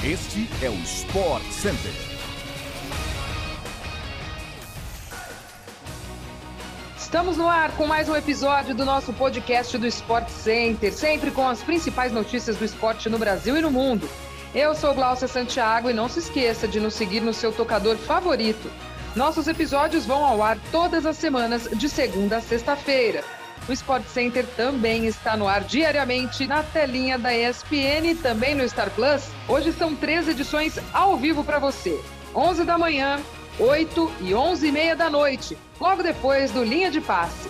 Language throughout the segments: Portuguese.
Este é o Sport Center. Estamos no ar com mais um episódio do nosso podcast do Sport Center, sempre com as principais notícias do esporte no Brasil e no mundo. Eu sou Glaucia Santiago e não se esqueça de nos seguir no seu tocador favorito. Nossos episódios vão ao ar todas as semanas, de segunda a sexta-feira. O Sport Center também está no ar diariamente na telinha da ESPN e também no Star Plus. Hoje são 3 edições ao vivo para você. 11 da manhã, 8 e 11h30 da noite, logo depois do Linha de Passe.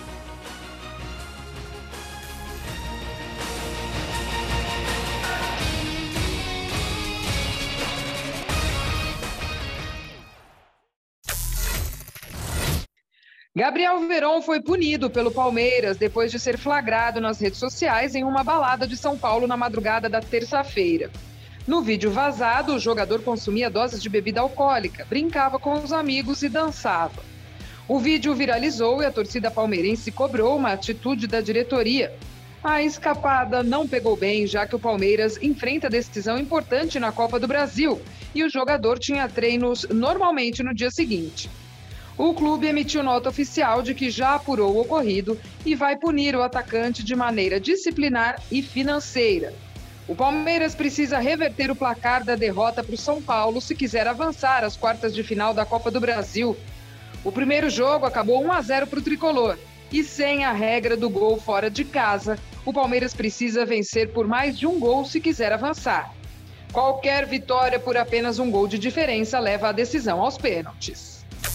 Gabriel Veron foi punido pelo Palmeiras depois de ser flagrado nas redes sociais em uma balada de São Paulo na madrugada da terça-feira. No vídeo vazado, o jogador consumia doses de bebida alcoólica, brincava com os amigos e dançava. O vídeo viralizou e a torcida palmeirense cobrou uma atitude da diretoria. A escapada não pegou bem, já que o Palmeiras enfrenta decisão importante na Copa do Brasil e o jogador tinha treinos normalmente no dia seguinte. O clube emitiu nota oficial de que já apurou o ocorrido e vai punir o atacante de maneira disciplinar e financeira. O Palmeiras precisa reverter o placar da derrota para o São Paulo se quiser avançar às quartas de final da Copa do Brasil. O primeiro jogo acabou 1-0 para o tricolor e sem a regra do gol fora de casa, o Palmeiras precisa vencer por mais de um gol se quiser avançar. Qualquer vitória por apenas um gol de diferença leva a decisão aos pênaltis.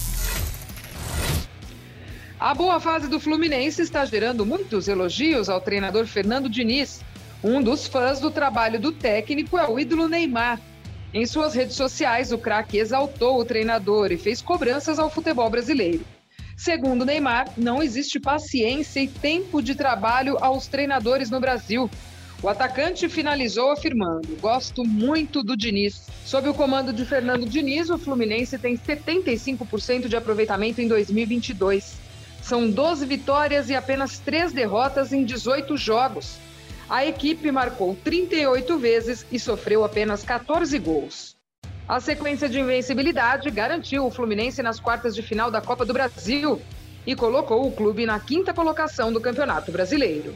A boa fase do Fluminense está gerando muitos elogios ao treinador Fernando Diniz. Um dos fãs do trabalho do técnico é o ídolo Neymar. Em suas redes sociais, o craque exaltou o treinador e fez cobranças ao futebol brasileiro. Segundo Neymar, não existe paciência e tempo de trabalho aos treinadores no Brasil. O atacante finalizou afirmando: "Gosto muito do Diniz". Sob o comando de Fernando Diniz, o Fluminense tem 75% de aproveitamento em 2022. São 12 vitórias e apenas 3 derrotas em 18 jogos. A equipe marcou 38 vezes e sofreu apenas 14 gols. A sequência de invencibilidade garantiu o Fluminense nas quartas de final da Copa do Brasil e colocou o clube na 5ª colocação do Campeonato Brasileiro.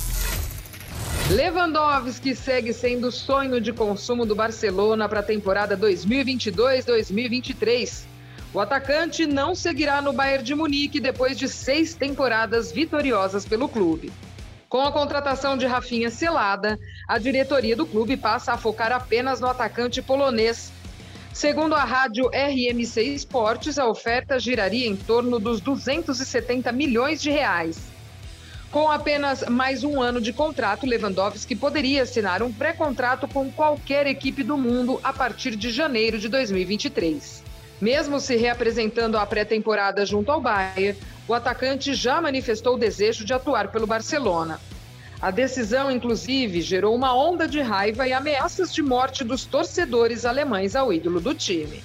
Lewandowski segue sendo o sonho de consumo do Barcelona para a temporada 2022-2023. O atacante não seguirá no Bayern de Munique depois de 6 temporadas vitoriosas pelo clube. Com a contratação de Rafinha selada, a diretoria do clube passa a focar apenas no atacante polonês. Segundo a rádio RMC Esportes, a oferta giraria em torno dos 270 milhões de reais. Com apenas mais um ano de contrato, Lewandowski poderia assinar um pré-contrato com qualquer equipe do mundo a partir de janeiro de 2023. Mesmo se reapresentando à pré-temporada junto ao Bayern, o atacante já manifestou o desejo de atuar pelo Barcelona. A decisão, inclusive, gerou uma onda de raiva e ameaças de morte dos torcedores alemães ao ídolo do time.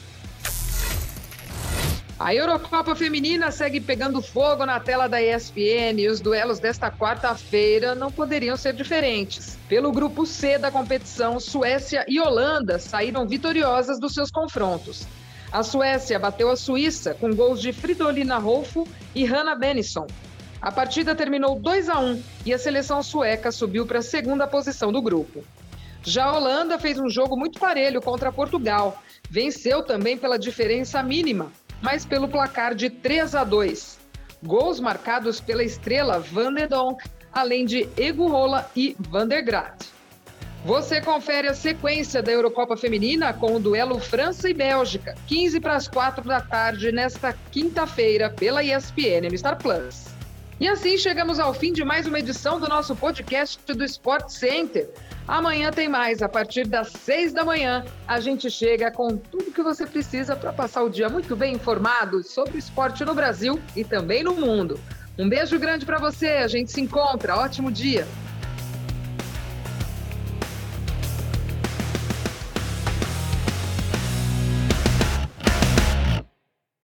A Eurocopa Feminina segue pegando fogo na tela da ESPN e os duelos desta quarta-feira não poderiam ser diferentes. Pelo grupo C da competição, Suécia e Holanda saíram vitoriosas dos seus confrontos. A Suécia bateu a Suíça com gols de Fridolina Rolfo e Hannah Bennison. A partida terminou 2-1 e a seleção sueca subiu para a 2ª posição do grupo. Já a Holanda fez um jogo muito parelho contra Portugal. Venceu também pela diferença mínima, mas pelo placar de 3-2. Gols marcados pela estrela Van de Donk, além de Egu Rola e Van der Graat. Você confere a sequência da Eurocopa Feminina com o duelo França e Bélgica, 15:45 da tarde, nesta quinta-feira, pela ESPN no Star Plus. E assim chegamos ao fim de mais uma edição do nosso podcast do Sport Center. Amanhã tem mais, a partir das 6 da manhã, a gente chega com tudo que você precisa para passar o dia muito bem informado sobre o esporte no Brasil e também no mundo. Um beijo grande para você, a gente se encontra, ótimo dia!